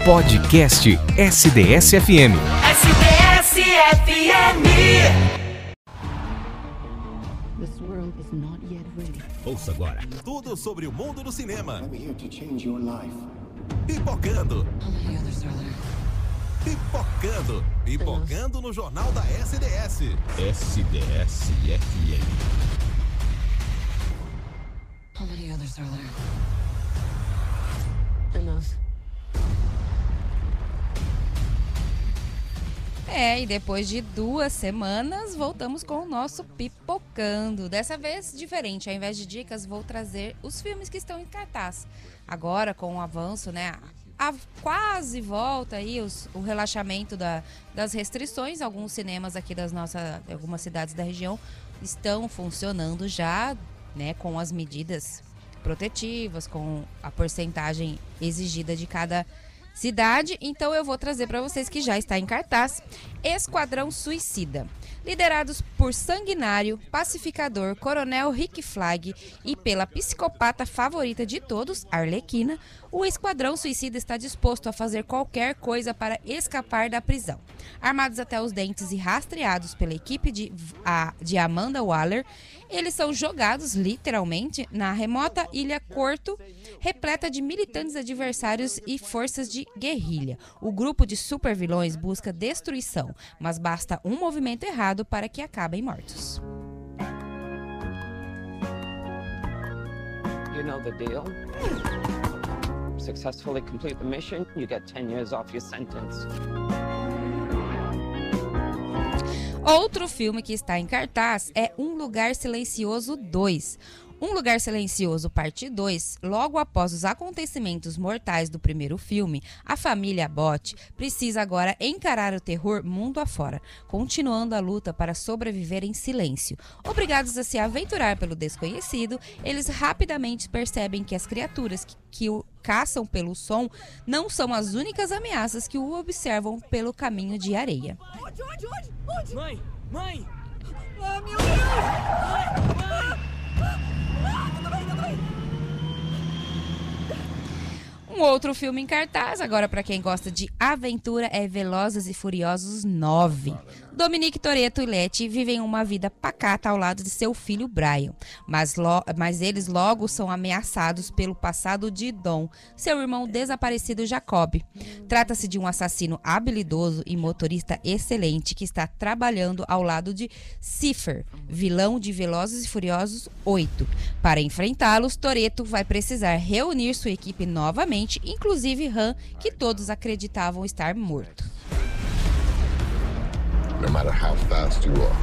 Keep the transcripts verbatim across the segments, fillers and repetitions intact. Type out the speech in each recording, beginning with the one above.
Podcast S D S F M. S D S F M. This world is not yet ready. Ouça agora tudo sobre o mundo do cinema. I'm here to change your life. Pipocando. How many others are there? Pipocando. Pipocando no Jornal da S D S. S D S F M. How many others are there? Enough. É, e depois de duas semanas, voltamos com o nosso Pipocando. Dessa vez, diferente. Ao invés de dicas, vou trazer os filmes que estão em cartaz. Agora, com o avanço, né, a quase volta aí, os, o relaxamento da, das restrições. Alguns cinemas aqui das nossas, algumas cidades da região estão funcionando já, né, com as medidas protetivas, com a porcentagem exigida de cada cidade. Então eu vou trazer para vocês que já está em cartaz Esquadrão Suicida. Liderados por sanguinário, pacificador, coronel Rick Flag e pela psicopata favorita de todos, Arlequina, o Esquadrão Suicida está disposto a fazer qualquer coisa para escapar da prisão. Armados até os dentes e rastreados pela equipe de, a, de Amanda Waller, eles são jogados, literalmente, na remota ilha Corto, repleta de militantes adversários e forças de guerrilha. O grupo de supervilões busca destruição, mas basta um movimento errado para que acabem mortos. You know the deal. Successfully complete the mission, you get ten years off your sentence. Outro filme que está em cartaz é Um Lugar Silencioso dois. Um Lugar Silencioso, parte dois, logo após os acontecimentos mortais do primeiro filme, a família Abbott precisa agora encarar o terror mundo afora, continuando a luta para sobreviver em silêncio. Obrigados a se aventurar pelo desconhecido, eles rapidamente percebem que as criaturas que, que o caçam pelo som não são as únicas ameaças que o observam pelo caminho de areia. Onde, onde, onde? Onde? Mãe, mãe! Ah, meu Deus! Mãe, mãe! Um outro filme em cartaz, agora para quem gosta de aventura, é Velozes e Furiosos nove. Dominique Toretto e Letty vivem uma vida pacata ao lado de seu filho Brian, mas, lo, mas eles logo são ameaçados pelo passado de Dom, seu irmão desaparecido Jacob. Trata-se de um assassino habilidoso e motorista excelente que está trabalhando ao lado de Cipher, vilão de Velozes e Furiosos oito. Para enfrentá-los, Toretto vai precisar reunir sua equipe novamente, inclusive Han, que todos acreditavam estar morto. No matter how fast you are,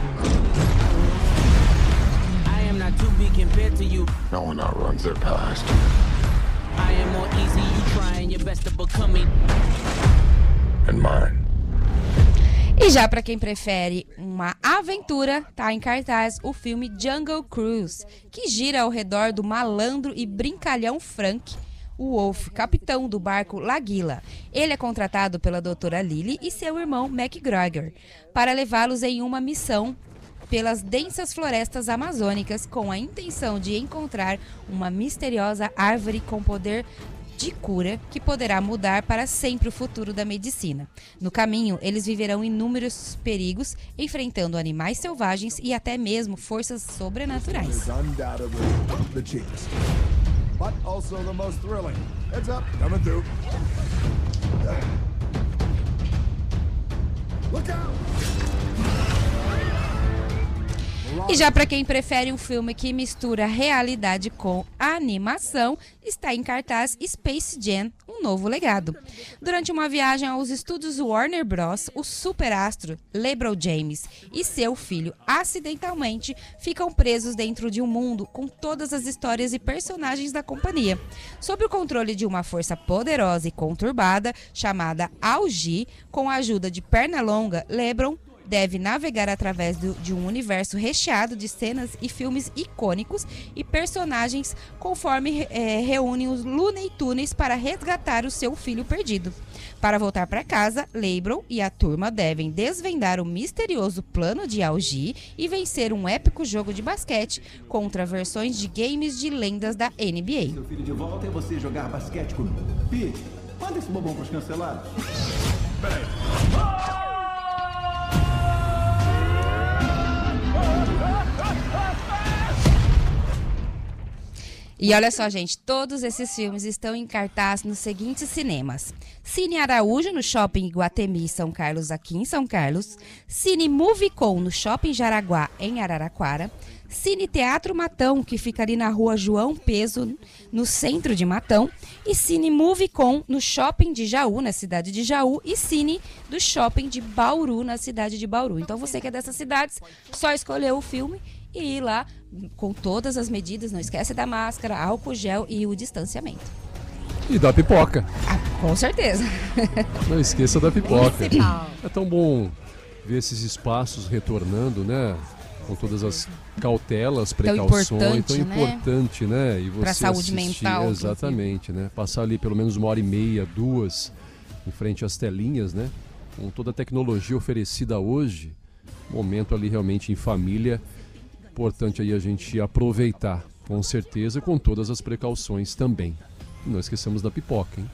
I am not too big compared to you. no one outruns their past. I am more easy, you trying your best to become me. And mine. E já para quem prefere uma aventura, tá em cartaz o filme Jungle Cruise, que gira ao redor do malandro e brincalhão Frank, o Wolf, capitão do barco Laguila. Ele é contratado pela doutora Lily e seu irmão MacGregor para levá-los em uma missão pelas densas florestas amazônicas com a intenção de encontrar uma misteriosa árvore com poder de cura que poderá mudar para sempre o futuro da medicina. No caminho, eles viverão inúmeros perigos, enfrentando animais selvagens e até mesmo forças sobrenaturais. But also the most thrilling. Heads up, coming through. Look out! E já para quem prefere um filme que mistura realidade com animação, está em cartaz Space Jam, um novo legado. Durante uma viagem aos estúdios Warner Bros., o superastro LeBron James e seu filho acidentalmente ficam presos dentro de um mundo com todas as histórias e personagens da companhia. Sob o controle de uma força poderosa e conturbada chamada Algi, com a ajuda de Pernalonga, LeBron deve navegar através do, de um universo recheado de cenas e filmes icônicos e personagens conforme é, reúne os Looney Tunes para resgatar o seu filho perdido. Para voltar para casa, LeBron e a turma devem desvendar o misterioso plano de Algi e vencer um épico jogo de basquete contra versões de games de lendas da N B A. Seu filho de volta é você jogar basquete comigo. Pete, Manda esse bobão pros cancelados. Peraí. E olha só, gente, todos esses filmes estão em cartaz nos seguintes cinemas: Cine Araújo, no Shopping Iguatemi, São Carlos, aqui em São Carlos; Cine Movicon, no Shopping Jaraguá, em Araraquara; Cine Teatro Matão, que fica ali na rua João Peso, no centro de Matão; e Cine Movicon, no Shopping de Jaú, na cidade de Jaú; e Cine do Shopping de Bauru, na cidade de Bauru. Então você que é dessas cidades, só escolher o filme e ir lá com todas as medidas. Não esquece da máscara, álcool gel e o distanciamento. E da pipoca. Ah, com certeza. Não esqueça da pipoca. É tão bom ver esses espaços retornando, né? Com todas as cautelas, precauções. Tão importante, tão importante, né? né? E você pra saúde assistir, mental. Exatamente, né? Passar ali pelo menos uma hora e meia, duas, em frente às telinhas, né? Com toda a tecnologia oferecida hoje, momento ali realmente em família. Importante aí a gente aproveitar, com certeza, com todas as precauções também. E não esqueçamos da pipoca, hein?